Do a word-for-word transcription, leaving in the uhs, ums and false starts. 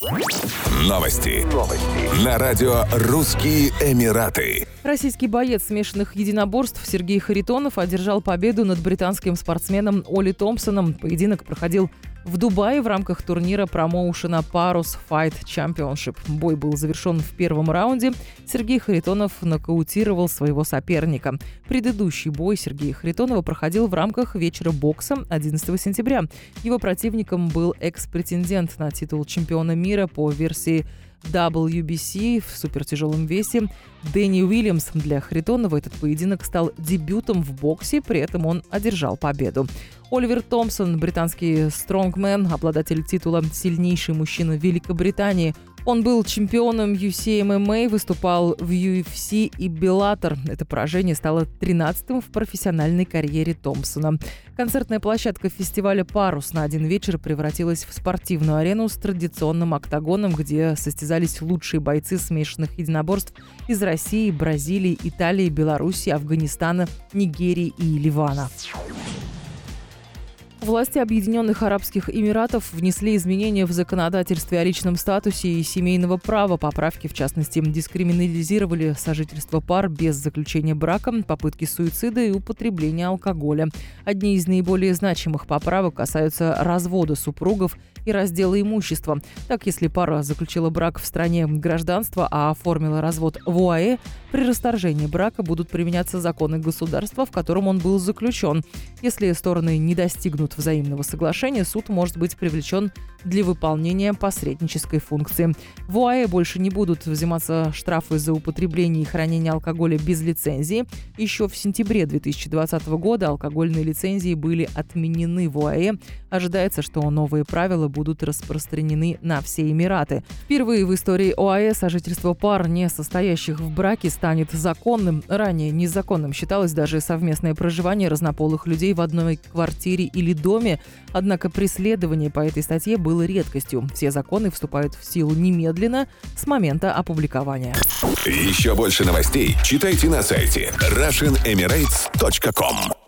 Новости. Новости. На радио «Русские Эмираты». Российский боец смешанных единоборств Сергей Харитонов одержал победу над британским спортсменом Олли Томпсоном. Поединок проходил в Дубае в рамках турнира промоушена Parus Fight Championship. Бой был завершен в первом раунде. Сергей Харитонов нокаутировал своего соперника. Предыдущий бой Сергея Харитонова проходил в рамках вечера бокса одиннадцатого сентября. Его противником был экс-претендент на титул чемпиона мира по версии дабл ю би си в супертяжелом весе Дэнни Уильямс. Для Харитонова этот поединок стал дебютом в боксе, при этом он одержал победу. Оливер Томпсон, британский стронгмен, обладатель титула «Сильнейший мужчина Великобритании». Он был чемпионом ю си эм эм а, выступал в ю эф си и Беллатор. Это поражение стало тринадцатым в профессиональной карьере Томпсона. Концертная площадка фестиваля «Парус» на один вечер превратилась в спортивную арену с традиционным октагоном, где состязались лучшие бойцы смешанных единоборств из России, Бразилии, Италии, Беларуси, Афганистана, Нигерии и Ливана. Власти Объединенных Арабских Эмиратов внесли изменения в законодательстве о личном статусе и семейного права. Поправки, в частности, дискриминализировали сожительство пар без заключения брака, попытки суицида и употребления алкоголя. Одни из наиболее значимых поправок касаются развода супругов и раздела имущества. Так, если пара заключила брак в стране гражданства, а оформила развод в ОАЭ, при расторжении брака будут применяться законы государства, в котором он был заключен. Если стороны не достигнут взаимного соглашения, суд может быть привлечен для выполнения посреднической функции. В ОАЭ больше не будут взиматься штрафы за употребление и хранение алкоголя без лицензии. Еще в сентябре две тысячи двадцатого года алкогольные лицензии были отменены в ОАЭ. Ожидается, что новые правила будут распространены на все Эмираты. Впервые в истории ОАЭ сожительство пар, не состоящих в браке, станет законным. Ранее незаконным считалось даже совместное проживание разнополых людей в одной квартире или доме. Однако преследование по этой статье было редкостью. Все законы вступают в силу немедленно с момента опубликования. Еще больше новостей читайте на сайте Russian Emirates точка ком.